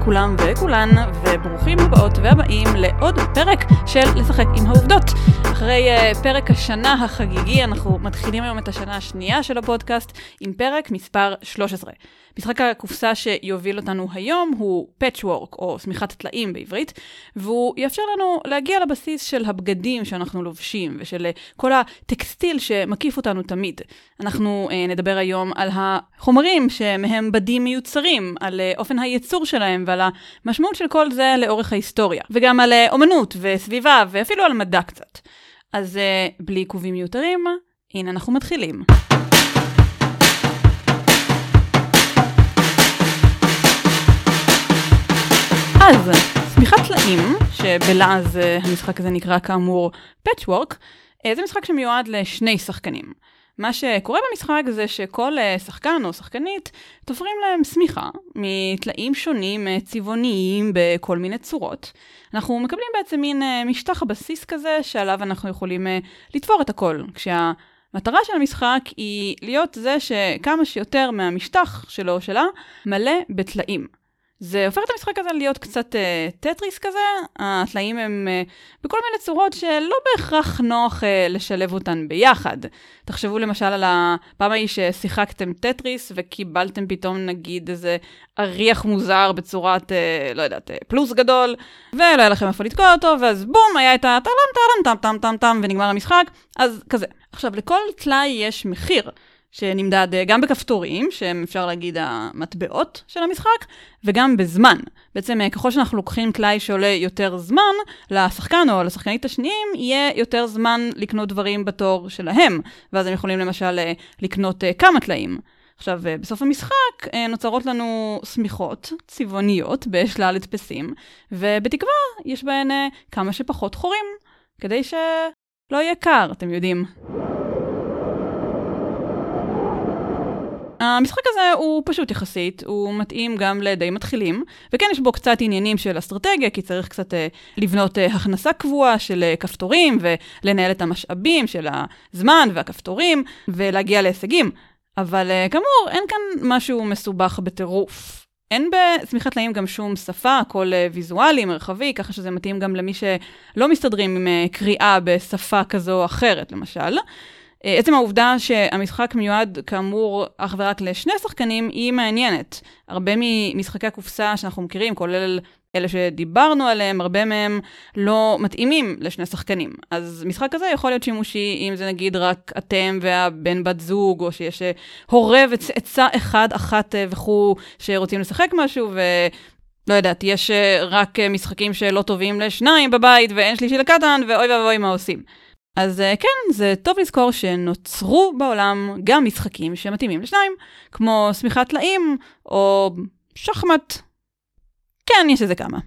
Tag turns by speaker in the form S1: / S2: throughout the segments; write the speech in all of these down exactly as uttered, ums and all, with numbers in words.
S1: לכולם וכולן, וברוכים הבאות והבאים לעוד פרק של לשחק עם העובדות. אחרי uh, פרק השנה החגיגי, אנחנו מתחילים היום את השנה השנייה של הפודקאסט עם פרק מספר שלוש עשרה. משחק הקופסה שיוביל אותנו היום הוא Patchwork, או סמיכת טלאים בעברית, והוא יאפשר לנו להגיע לבסיס של הבגדים שאנחנו לובשים, ושל כל הטקסטיל שמקיף אותנו תמיד. אנחנו uh, נדבר היום על החומרים שמהם בדים מיוצרים, על uh, אופן הייצור שלהם, ועל המשמעות של כל זה לאורך ההיסטוריה, וגם על uh, אומנות וסביבה, ואפילו על מדע קצת. אז uh, בלי עיכובים מיותרים, הנה אנחנו מתחילים. אז, סמיכת טלאים, שבלעז המשחק הזה נקרא כאמור Patchwork, זה משחק שמיועד לשני שחקנים. מה שקורה במשחק זה שכל שחקן או שחקנית תופרים להם סמיכה מטלאים שונים צבעוניים בכל מיני צורות. אנחנו מקבלים בעצם מין משטח הבסיס כזה שעליו אנחנו יכולים לתפור את הכל, כשהמטרה של המשחק היא להיות זה שכמה שיותר מהמשטח שלו או שלה מלא בטלאים. זה הופך את המשחק הזה להיות קצת uh, טטריס כזה. הטלאים הם uh, בכל מיני צורות שלא בהכרח נוח uh, לשלב אותן ביחד. תחשבו למשל על הפעם ההיא ששיחקתם טטריס וקיבלתם פתאום נגיד איזה אריח מוזר בצורת, uh, לא יודעת, uh, פלוס גדול, ולא היה לכם איפה לתקוע אותו, ואז בום, היה את הטלם טלם טם טם טם טם ונגמר המשחק. אז כזה. עכשיו, לכל טלאי יש מחיר. שנמדד גם בכפתורים, שהם אפשר להגיד המטבעות של המשחק, וגם בזמן. בעצם ככל שאנחנו לוקחים טלאי שעולה יותר זמן, לשחקן או לשחקנית השניים, יהיה יותר זמן לקנות דברים בתור שלהם, ואז הם יכולים למשל לקנות כמה טלאים. עכשיו, בסוף המשחק נוצרות לנו סמיכות צבעוניות בשלל הדפסים, ובתקווה יש בהן כמה שפחות חורים, כדי שלא יהיה קר, אתם יודעים. המשחק הזה הוא פשוט יחסית, הוא מתאים גם לידי מתחילים, וכן יש בו קצת עניינים של אסטרטגיה, כי צריך קצת uh, לבנות uh, הכנסה קבועה של uh, כפתורים, ולנהל את המשאבים של הזמן והכפתורים, ולהגיע להישגים. אבל uh, כאמור, אין כאן משהו מסובך בטירוף. אין בסמיכת טלאים גם שום שפה, הכל uh, ויזואלי, מרחבי, ככה שזה מתאים גם למי שלא מסתדרים עם uh, קריאה בשפה כזו או אחרת, למשל. עצם העובדה שהמשחק מיועד כאמור אך ורק לשני שחקנים היא מעניינת. הרבה ממשחקי הקופסה שאנחנו מכירים, כולל אלה שדיברנו עליהם, הרבה מהם לא מתאימים לשני שחקנים. אז משחק כזה יכול להיות שימושי אם זה נגיד רק אתם והבן בת זוג, או שיש הורה ועצה אחד, אחת וכו' שרוצים לשחק משהו, ו... לא יודעת, יש רק משחקים שלא טובים לשניים בבית, ואין שלישי לקטן, ואוי ואוי מה עושים. אז כן, זה טוב לזכור שנוצרו בעולם גם משחקים שמתאימים לשניים, כמו סמיכת טלאים או שחמט. כן, יש איזה כמה.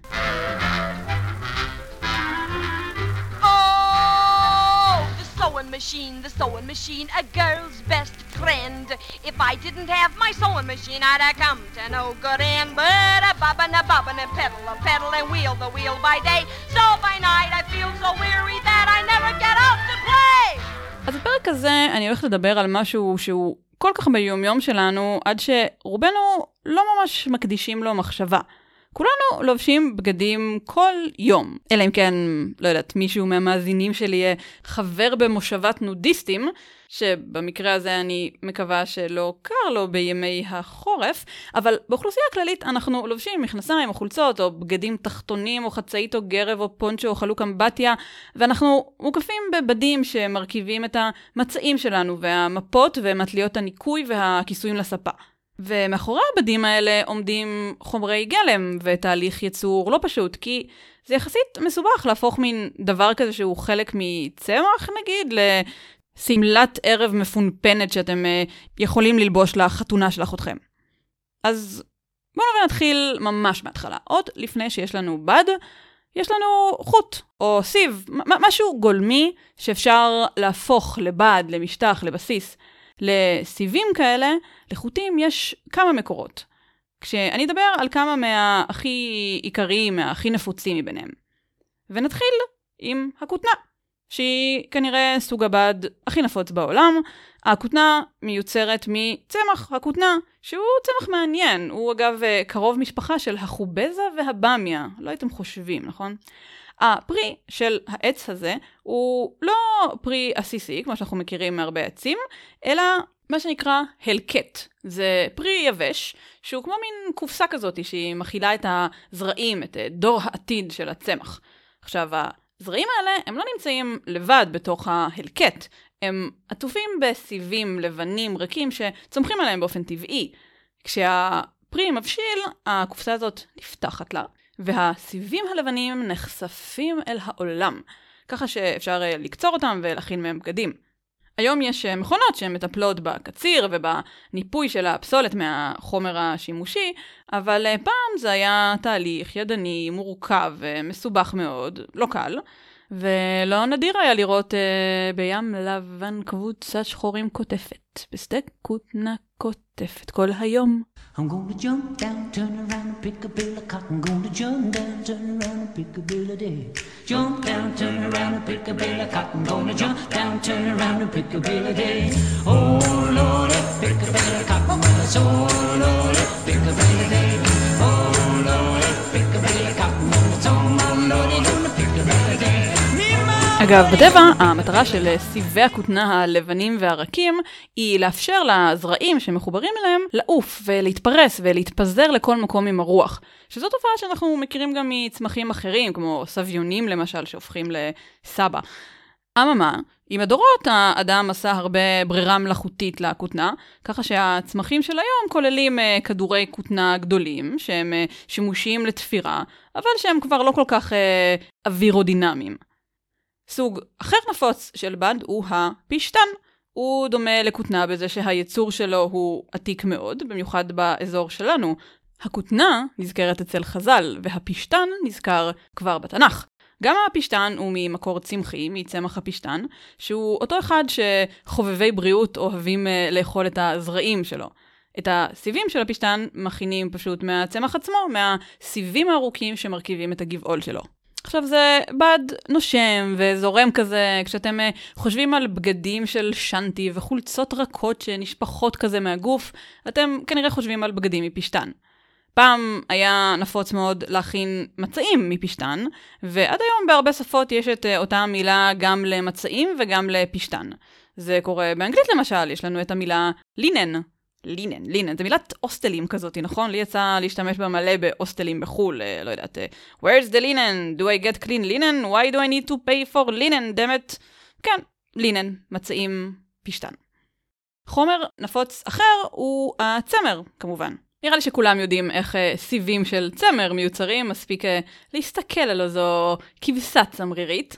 S2: Oh, the sewing machine, the sewing machine, a girl's best friend. If I didn't have my sewing machine, I'd have come to no good end. But a bobbin, a bobbin, and pedal, a pedal, and wheel the wheel by day. So by night I feel so weary that I never get out to play.
S1: אז בפרק הזה אני הולכת לדבר על משהו שהוא כל כך ביום-יום שלנו, עד שרובנו לא ממש מקדישים לו מחשבה. כולנו לובשים בגדים כל יום. אלא אם כן, לא יודעת, מישהו מהמאזינים שלי יהיה חבר במושבת נודיסטים, שבמקרה הזה אני מקווה שלא קר לו בימי החורף, אבל באוכלוסייה הכללית אנחנו לובשים מכנסיים או חולצות, או בגדים תחתונים, או חצאית או גרב, או פונצ'ו, או חלוק אמבטיה, ואנחנו מוקפים בבדים שמרכיבים את המצעים שלנו, והמפות ומטליות הניקוי והכיסויים לספה. ומאחורי הבדים האלה עומדים חומרי גלם ותהליך ייצור לא פשוט, כי זה יחסית מסובך להפוך מין דבר כזה שהוא חלק מצמח נגיד, לסמלת ערב מפונפנת שאתם יכולים ללבוש לחתונה של אחותכם. אז בואו נתחיל ממש מההתחלה. עוד לפני שיש לנו בד, יש לנו חוט או סיב, משהו גולמי שאפשר להפוך לבד, למשטח, לבסיס. לסיבים כאלה, לחוטים יש כמה מקורות. כשאני אדבר על כמה מהכי עיקריים, מהכי נפוצים מביניהם. ונתחיל עם הכותנה. שהיא כנראה סוג הבד הכי נפוץ בעולם. הכותנה מיוצרת מצמח הכותנה, שהוא צמח מעניין. הוא אגב קרוב משפחה של החובזה והבמיה. לא הייתם חושבים, נכון? הפרי של העץ הזה הוא לא פרי עסיסי, כמו שאנחנו מכירים מהרבה עצים, אלא מה שנקרא הלקט. זה פרי יבש, שהוא כמו מין קופסה כזאת שהיא מכילה את הזרעים, את דור העתיד של הצמח. עכשיו, הזרעים האלה הם לא נמצאים לבד בתוך ההלקט, הם עטופים בסיבים לבנים ריקים שצומחים עליהם באופן טבעי. כשהפרי מבשיל, הקופסה הזאת נפתחת לה, והסיבים הלבנים נחשפים אל העולם, ככה שאפשר לקצור אותם ולהכין מהם בגדים. היום יש מכונות שמטפלות בקציר ובניפוי של הפסולת מהחומר השימושי, אבל פעם זה היה תהליך ידני, מורכב, מסובך מאוד, לא קל, ולא נדיר היה לראות uh, בים לבן קבוצת שחורים כותפת, בשדה כותנה כותפת כל היום.
S3: I'm gonna jump down, turn around and pick a bill of cotton. Gonna jump down, turn around and pick a bill of day. Jump down, turn around and pick a bill of cotton. Gonna jump down, turn around and pick a bill of day. Oh Lord, pick a bill of cotton. Oh Lord, pick a bill of day. Oh Lord, pick a bill of cotton. Oh Lord, gonna pick a bill of day.
S1: אגב, בטבע, המטרה של סיבי הכותנה הלבנים והרקים היא לאפשר לזרעים שמחוברים אליהם לעוף ולהתפרס ולהתפזר לכל מקום עם הרוח. שזו תופעה שאנחנו מכירים גם מצמחים אחרים, כמו סביונים למשל, שהופכים לסבא. אממה, עם הדורות האדם עשה הרבה ברירה מלאכותית לכותנה, ככה שהצמחים של היום כוללים כדורי כותנה גדולים, שהם שימושיים לתפירה, אבל שהם כבר לא כל כך אווירודינמיים. סוג אחר נפוץ של בד הוא הפשטן. הוא דומה לכותנה בזה שהייצור שלו הוא עתיק מאוד, במיוחד באזור שלנו. הכותנה נזכרת אצל חז"ל, והפשטן נזכר כבר בתנ"ך. גם הפשטן הוא ממקור צמחי, מצמח הפשטן, שהוא אותו אחד שחובבי בריאות אוהבים לאכול את הזרעים שלו. את הסיבים של הפשטן מכינים פשוט מהצמח עצמו, מהסיבים הארוכים שמרכיבים את הגבעול שלו. עכשיו זה בד נושם וזורם כזה, כשאתם חושבים על בגדים של שנטי וחולצות רכות שנשפחות כזה מהגוף, אתם כנראה חושבים על בגדים מפשטן. פעם היה נפוץ מאוד להכין מצעים מפשטן, ועד היום בהרבה שפות יש את אותה מילה גם למצעים וגם לפשטן. זה קורה באנגלית למשל, יש לנו את המילה לינן. לינן, לינן, זה מילת אוסטלים כזאת, נכון? לי יצא להשתמש בה מלא באוסטלים בחול, לא יודעת. Where's the linen? Do I get clean linen? Why do I need to pay for linen? דמת. כן, לינן, מצעים פשטן. חומר נפוץ אחר הוא הצמר, כמובן. נראה לי שכולם יודעים איך סיבים של צמר מיוצרים, מספיק להסתכל על איזו כבשה צמרירית.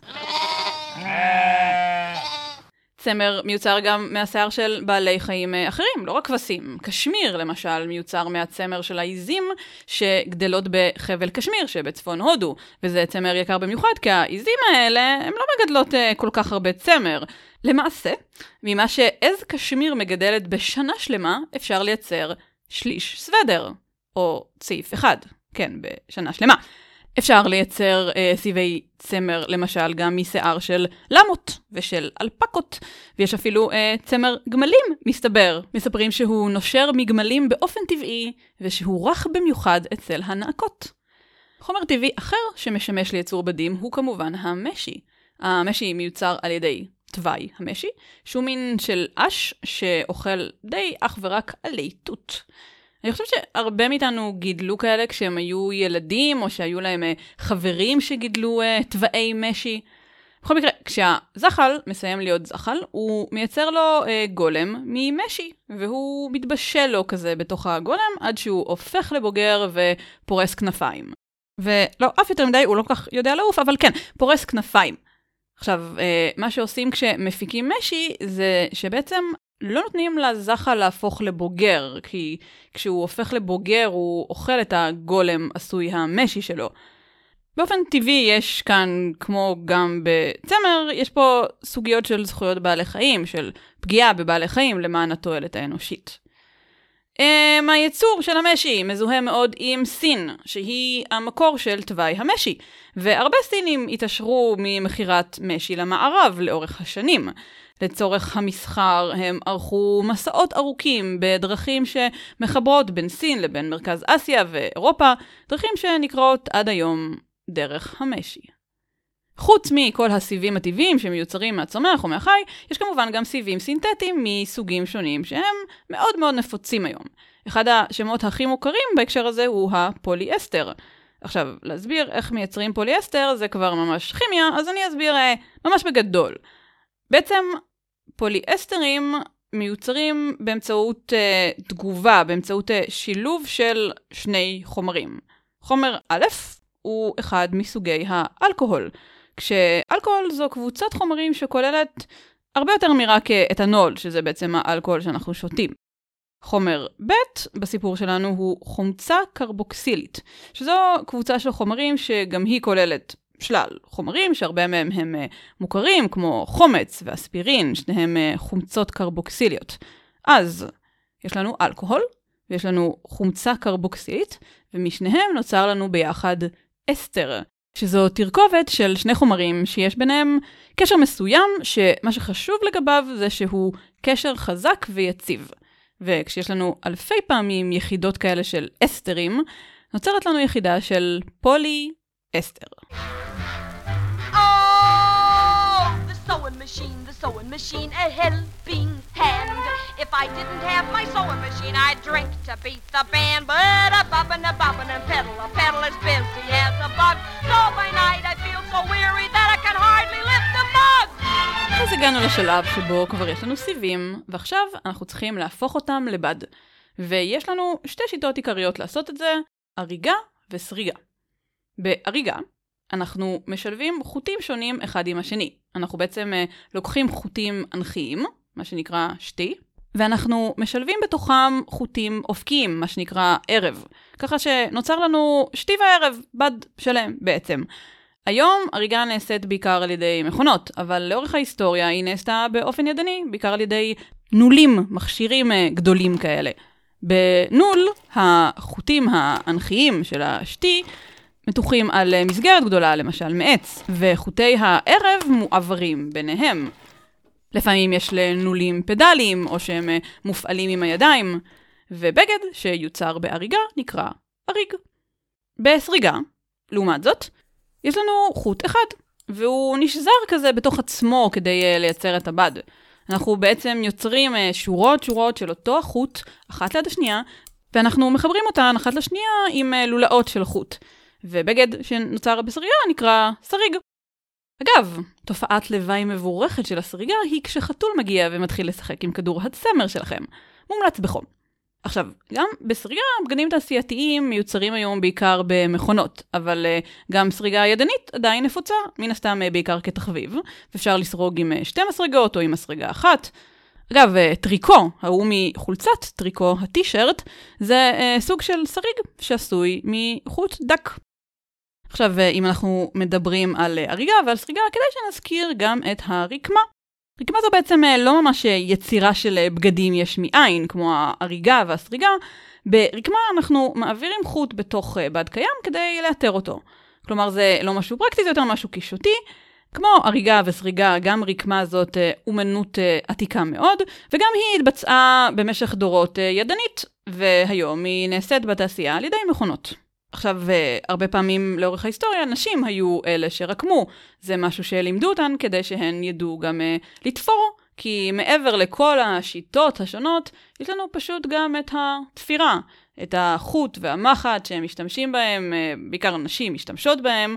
S1: צמר מיוצר גם מהשיער של בעלי חיים אחרים, לא רק כבשים. קשמיר, למשל, מיוצר מהצמר של העיזים שגדלות בחבל קשמיר שבצפון הודו, וזה צמר יקר במיוחד, כי העיזים האלה הם לא מגדלות כל כך הרבה צמר. למעשה, ממה שעז קשמיר מגדלת בשנה שלמה, אפשר לייצר שליש סוודר, או צעיף אחד, כן, בשנה שלמה. אפשר לייצר אה, סיבי צמר, למשל, גם משיער של למות ושל אלפקות, ויש אפילו אה, צמר גמלים, מסתבר. מספרים שהוא נושר מגמלים באופן טבעי, ושהוא רך במיוחד אצל הנעקות. חומר טבעי אחר שמשמש לייצור בדים הוא כמובן המשי. המשי מיוצר על ידי תוואי המשי, שהוא מין של אש שאוכל די אך ורק עלי תות. אני חושבת שהרבה מאיתנו גידלו כאלה כשהם היו ילדים, או שהיו להם חברים שגידלו תוואי משי. בכל מקרה, כשהזחל מסיים להיות זחל, הוא מייצר לו גולם ממשי, והוא מתבשל לו כזה בתוך הגולם, עד שהוא הופך לבוגר ופורס כנפיים. ולא, אף יותר מדי, הוא לא כל כך יודע לעוף, אבל כן, פורס כנפיים. עכשיו, מה שעושים כשמפיקים משי, זה שבעצם לא נותנים לזחל להפוך לבוגר, כי כשהוא הופך לבוגר, הוא אוכל את הגולם עשוי המשי שלו. באופן טבעי יש כאן, כמו גם בצמר, יש פה סוגיות של זכויות בעלי חיים, של פגיעה בבעלי חיים למען התועלת האנושית. Um, הייצור של המשי מזוהה מאוד עם סין, שהיא המקור של תוואי המשי, והרבה סינים התעשרו ממחירת משי למערב לאורך השנים. לצורך המסחר הם ערכו מסעות ארוכים בדרכים שמחברות בין סין לבין מרכז אסיה ואירופה, דרכים שנקראות עד היום דרך המשי. חוץ מכל הסיבים הטבעיים שמיוצרים מהצומח או מהחי, יש כמובן גם סיבים סינתטיים מסוגים שונים שהם מאוד מאוד נפוצים היום. אחד השמות הכי מוכרים בהקשר הזה הוא הפוליאסטר. עכשיו, להסביר איך מייצרים פוליאסטר זה כבר ממש כימיה, אז אני אסביר אה, ממש בגדול. בעצם פוליאסטרים מיוצרים באמצעות אה, תגובה, באמצעות אה, שילוב של שני חומרים. חומר א' הוא אחד מסוגי האלכוהול. כשאלכוהול זו קבוצת חומרים שכוללת הרבה יותר מרק אתנול, שזה בעצם האלכוהול שאנחנו שותים. חומר ב' בסיפור שלנו הוא חומצה קרבוקסילית, שזו קבוצה של חומרים שגם היא כוללת שלל חומרים, שהרבה מהם הם מוכרים, כמו חומץ ואספירין, שניהם חומצות קרבוקסיליות. אז יש לנו אלכוהול, ויש לנו חומצה קרבוקסילית, ומשניהם נוצר לנו ביחד אסטר, שזו תרכובת של שני חומרים שיש ביניהם קשר מסוים, שמה שחשוב לגביו זה שהוא קשר חזק ויציב. וכשיש לנו אלפי פעמים יחידות כאלה של אסטרים, נוצרת לנו יחידה של פולי-אסטר.
S2: Oh, the sewing machine, the sewing machine, a helping hand. If I didn't have my sewing machine, I'd drink to beat the band. But a bobbin' a bobbin' and pedal, a pedal as busy as a bug. So by night I feel so weary that I can hardly lift the mug.
S1: אז הגענו לשלב שבו כבר יש לנו סיבים, ועכשיו אנחנו צריכים להפוך אותם לבד. ויש לנו שתי שיטות עיקריות לעשות את זה, אריגה וסריגה. באריגה אנחנו משלבים חוטים שונים אחד עם השני. אנחנו בעצם לוקחים חוטים אנכיים, מה שנקרא שתי, ואנחנו משלבים בתוכם חוטים אופקיים, מה שנקרא ערב. ככה שנוצר לנו שתי וערב, בד שלם בעצם. היום אריגה נעשית בעיקר על ידי מכונות, אבל לאורך ההיסטוריה היא נעשתה באופן ידני, בעיקר על ידי נולים, מכשירים גדולים כאלה. בנול, החוטים האנכיים של השתי מתוחים על מסגרת גדולה, למשל מעץ, וחוטי הערב מועברים ביניהם. לפעמים יש לנולים פדלים, או שהם מופעלים עם הידיים, ובגד שיוצר באריגה נקרא אריג. בסריגה, לעומת זאת, יש לנו חוט אחד, והוא נשזר כזה בתוך עצמו כדי uh, לייצר את הבד. אנחנו בעצם יוצרים uh, שורות שורות של אותו החוט, אחת ליד השנייה, ואנחנו מחברים אותן אחת לשנייה עם uh, לולאות של חוט. ובגד שנוצר בסריגה נקרא סריג. אגב, תופעת לוואי מבורכת של הסריגה היא כשחתול מגיע ומתחיל לשחק עם כדור הצמר שלכם. מומלץ בחום. עכשיו, גם בסריגה בגדים תעשייתיים מיוצרים היום בעיקר במכונות, אבל uh, גם סריגה ידנית עדיין נפוצה, מן הסתם uh, בעיקר כתחביב, ואפשר לסרוג עם uh, שתי מסרגות או עם מסרגה אחת. אגב, uh, טריקו, ההוא מחולצת טריקו, הטישרט, זה uh, סוג של סריג שעשוי מחוט דק. עכשיו, uh, אם אנחנו מדברים על uh, אריגה ועל סריגה, כדאי שנזכיר גם את הרקמה. רקמה זו בעצם לא ממש יצירה של בגדים יש מאין, כמו האריגה והסריגה. ברקמה אנחנו מעבירים חוט בתוך בד קיים כדי לאתר אותו. כלומר, זה לא משהו פרקטי, זה יותר משהו קישוטי. כמו אריגה וסריגה, גם רקמה זאת אומנות עתיקה מאוד, וגם היא התבצעה במשך דורות ידנית, והיום היא נעשית בתעשייה על ידי מכונות. עכשיו, הרבה פעמים לאורך ההיסטוריה, נשים היו אלה שרקמו. זה משהו שלימדו אותן כדי שהן ידעו גם uh, לתפור, כי מעבר לכל השיטות השונות, יש לנו פשוט גם את התפירה, את החוט והמחט שהם משתמשים בהם, uh, בעיקר נשים משתמשות בהם,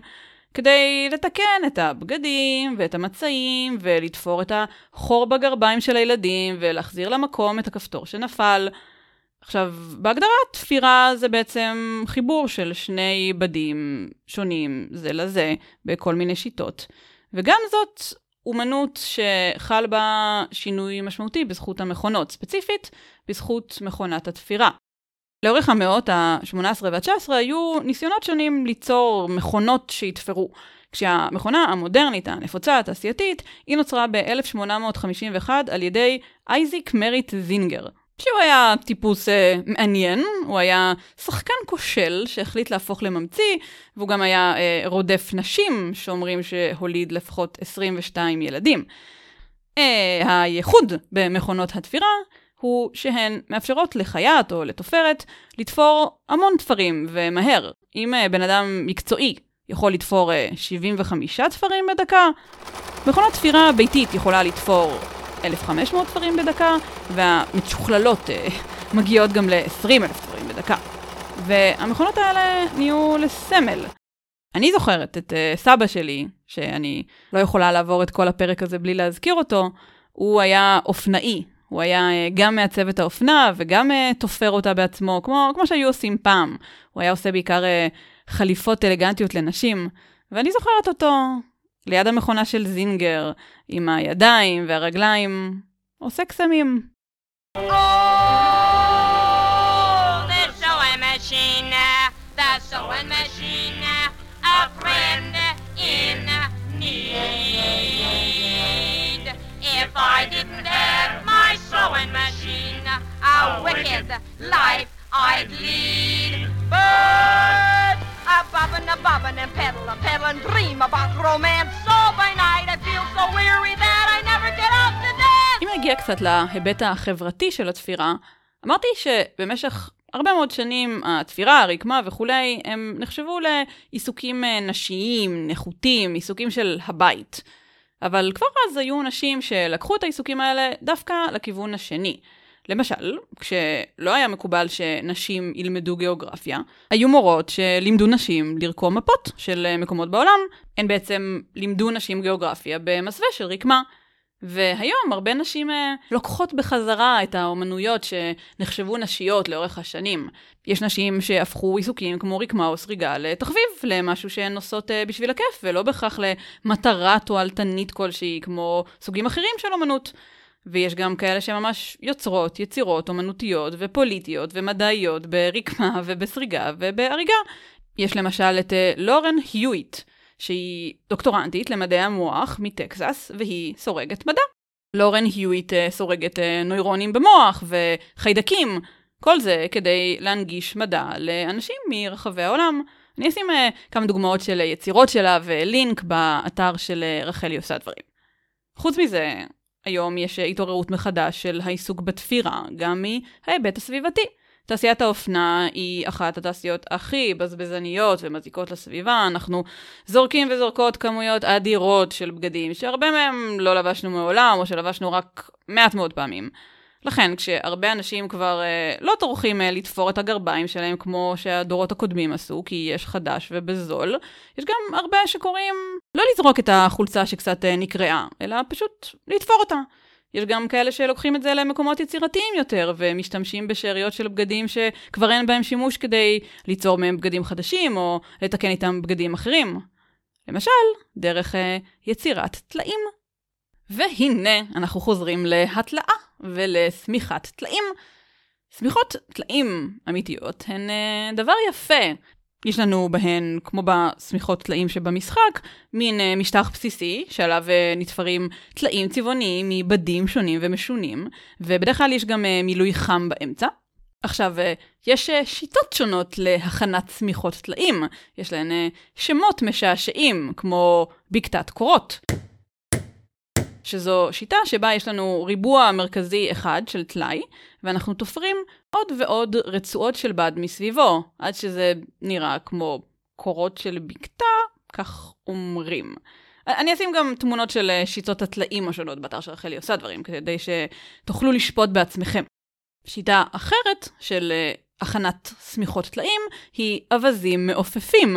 S1: כדי לתקן את הבגדים ואת המצעים, ולתפור את החור בגרביים של הילדים, ולהחזיר למקום את הכפתור שנפל. עכשיו, בהגדרה, תפירה זה בעצם חיבור של שני בדים שונים זה לזה, בכל מיני שיטות. וגם זאת אומנות שחל בה שינוי משמעותי בזכות המכונות, ספציפית בזכות מכונת התפירה. לאורך המאות ה-שמונה עשרה וה-תשע עשרה היו ניסיונות שונים ליצור מכונות שהתפרו. כשהמכונה המודרנית, הנפוצה, התעשייתית, היא נוצרה ב-אלף שמונה מאות חמישים ואחת על ידי אייזיק מריט זינגר. שהוא היה טיפוס אה, מעניין, הוא היה שחקן כושל שהחליט להפוך לממציא, והוא גם היה אה, רודף נשים שאומרים שהוליד לפחות עשרים ושתיים ילדים. אה, הייחוד במכונות התפירה הוא שהן מאפשרות לחייט או לתופרת לתפור המון תפרים ומהר. אם אה, בן אדם מקצועי יכול לתפור אה, שבעים וחמישה תפרים בדקה, מכונת תפירה ביתית יכולה לתפור אלף וחמש מאות תפרים בדקה, והמשוכללות אה, מגיעות גם ל-עשרים אלף תפרים בדקה. והמכונות האלה נהיו לסמל. אני זוכרת את uh, סבא שלי, שאני לא יכולה לעבור את כל הפרק הזה בלי להזכיר אותו, הוא היה אופנאי. הוא היה uh, גם מעצב את האופנה וגם uh, תופר אותה בעצמו, כמו, כמו שהיו עושים פעם. הוא היה עושה בעיקר uh, חליפות אלגנטיות לנשים, ואני זוכרת אותו ליד המכונה של זינגר, עם הידיים והרגליים, עושה קסמים.
S2: Oh, the sewing machine, the sewing machine, a friend in need. If I didn't have my sewing machine, a wicked life I'd lead. But a bobbin' a bobbin' and pedal a pedal and dream about romance. So by night I feel so weary that I never get out to dance.
S1: אם נגיע קצת להיבט החברתי של התפירה, אמרתי שבמשך הרבה מאוד שנים התפירה, הרקמה וכולי, הם נחשבו לעיסוקים נשיים, נחותים, עיסוקים של הבית. אבל כבר אז היו נשים שלקחו את העיסוקים האלה דווקא לכיוון השני. למשל, כשלא היה מקובל שנשים ילמדו גיאוגרפיה, היו מורות שלימדו נשים לרקום מפות של מקומות בעולם. הן בעצם לימדו נשים גיאוגרפיה במסווה של רקמה. והיום הרבה נשים לוקחות בחזרה את האומנויות שנחשבו נשיות לאורך השנים. יש נשים שהפכו עיסוקים כמו רקמה או סריגה לתחביב, למשהו שהן עושות בשביל הכיף, ולא בכך למטרה תועלתנית כלשהי כמו סוגים אחרים של אומנות. ויש גם כאלה שממש יוצרות, יצירות, אומנותיות ופוליטיות ומדעיות ברקמה ובסריגה ובהריגה. יש למשל את לורן היואיט, שהיא דוקטורנטית למדעי המוח מטקסס, והיא סורגת מדע. לורן היואיט סורגת נוירונים במוח וחיידקים, כל זה כדי להנגיש מדע לאנשים מרחבי העולם. אני אשים כמה דוגמאות של יצירות שלה ולינק באתר של רחלי עושה דברים. חוץ מזה, היום יש התעוררות מחדש של העיסוק בתפירה, גם מההיבט הסביבתי. תעשיית האופנה היא אחת התעשיות הכי בזבזניות ומזיקות לסביבה. אנחנו זורקים וזורקות כמויות אדירות של בגדים, שהרבה מהם לא לבשנו מעולם, או שלבשנו רק מעט מאוד פעמים. לכן, כשהרבה אנשים כבר אה, לא טורחים אה, לתפור את הגרביים שלהם כמו שהדורות הקודמים עשו, כי יש חדש ובזול, יש גם הרבה שקוראים לא לזרוק את החולצה שקצת אה, נקראה, אלא פשוט לתפור אותה. יש גם כאלה שלוקחים את זה למקומות יצירתיים יותר, ומשתמשים בשאריות של בגדים שכבר אין בהם שימוש כדי ליצור מהם בגדים חדשים, או לתקן איתם בגדים אחרים. למשל, דרך אה, יצירת טלאים. והנה אנחנו חוזרים להתלאה ולסמיכת טלאים. סמיכות טלאים אמיתיות הן אה, דבר יפה. יש לנו בהן, כמו בסמיכות טלאים שבמשחק, מין אה, משטח בסיסי שעליו אה, נתפרים טלאים צבעוניים מבדים שונים ומשונים, ובדרך כלל יש גם אה, מילוי חם באמצע. עכשיו, אה, יש אה, שיטות שונות להכנת סמיכות טלאים. יש להן אה, שמות משעשעים, כמו בקתת קורות. שזו שיטה שבה יש לנו ריבוע מרכזי אחד של טלאי, ואנחנו תופרים עוד ועוד רצועות של בד מסביבו, עד שזה נראה כמו קורות של בקתה, כך אומרים. אני אשים גם תמונות של שיטות הטלאים השונות באתר של רחלי עושה דברים, כדי שתוכלו לשפוט בעצמכם. שיטה אחרת של הכנת סמיכות טלאים היא אבזים מעופפים.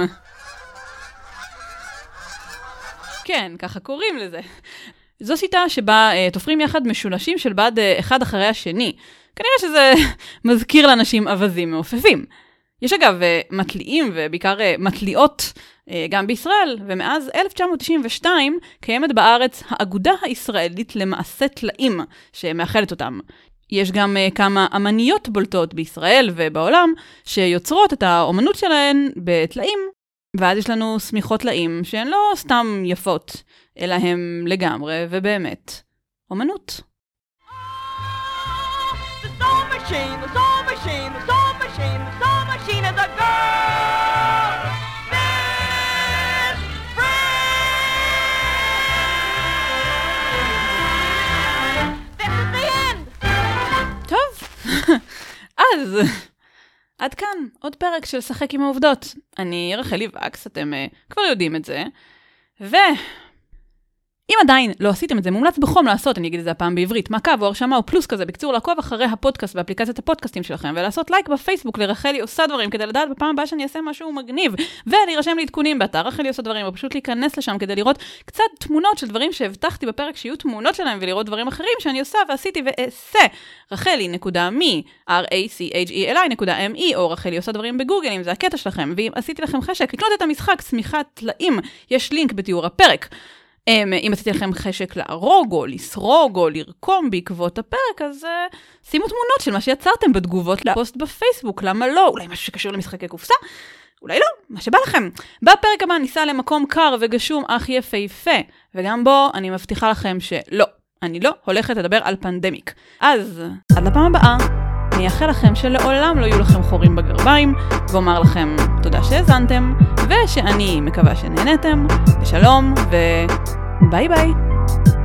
S1: כן, ככה קוראים לזה. זו שיטה שבה uh, תופרים יחד משולשים של בד uh, אחד אחרי השני. כנראה שזה מזכיר לאנשים אבזים מעופפים. יש אגב uh, מטליעים ובעיקר uh, מטליעות uh, גם בישראל, ומאז אלף תשע מאות תשעים ושתיים קיימת בארץ האגודה הישראלית למעשה טלאים שמאחדת אותם. יש גם uh, כמה אמניות בולטות בישראל ובעולם שיוצרות את האומנות שלהן בטלאים, ואז יש לנו סמיכות טלאים שהן לא סתם יפות, אלא הם לגמרי ובאמת אומנות.
S2: The machine, the soul machine, the soul machine, the soul machine is a girl best friend. This is the end.
S1: טוב, אז עד כאן עוד פרק של שחק עם העובדות. אני רחלי וקס, אתם uh, כבר יודעים את זה. ו... אם עדיין לא עשיתם את זה, מומלץ בחום לעשות, אני אגיד את זה הפעם בעברית, מעקב או הרשמה או פלוס כזה, בקצור לעקוב אחרי הפודקאסט באפליקציית הפודקאסטים שלכם, ולעשות לייק בפייסבוק לרחלי עושה דברים, כדי לדעת בפעם הבאה שאני אעשה משהו מגניב, ולהירשם לעדכונים באתר רחלי עושה דברים, או פשוט להיכנס לשם כדי לראות קצת תמונות של דברים שהבטחתי בפרק שיהיו תמונות שלהם, ולראות דברים אחרים שאני עושה ועשיתי ואעשה. רחלי נקודה מי, R-A-C-H-E-L-I נקודה M-E, או רחלי עושה דברים בגוגל, אם זה הקטע שלכם, ואם עשיתי לכם חשק לקנות את המשחק צמיחת טלאים, יש לינק בתיאור הפרק. אם עשיתי לכם חשק להרוג או לסרוג או לרקום בעקבות הפרק, אז uh, שימו תמונות של מה שיצרתם בתגובות לפוסט בפייסבוק, למה לא? אולי משהו שקשור למשחקי קופסה? אולי לא, מה שבא לכם. בפרק הבא ניסע למקום קר וגשום אך יפהפה, וגם בו אני מבטיחה לכם שלא, אני לא הולכת לדבר על פנדמיק. אז עד לפעם הבאה, אני אאחל לכם שלעולם לא יהיו לכם חורים בגרביים, ואומר לכם תודה שהזנתם, ושאני מקווה שנהנתם, ושלום, וביי ביי.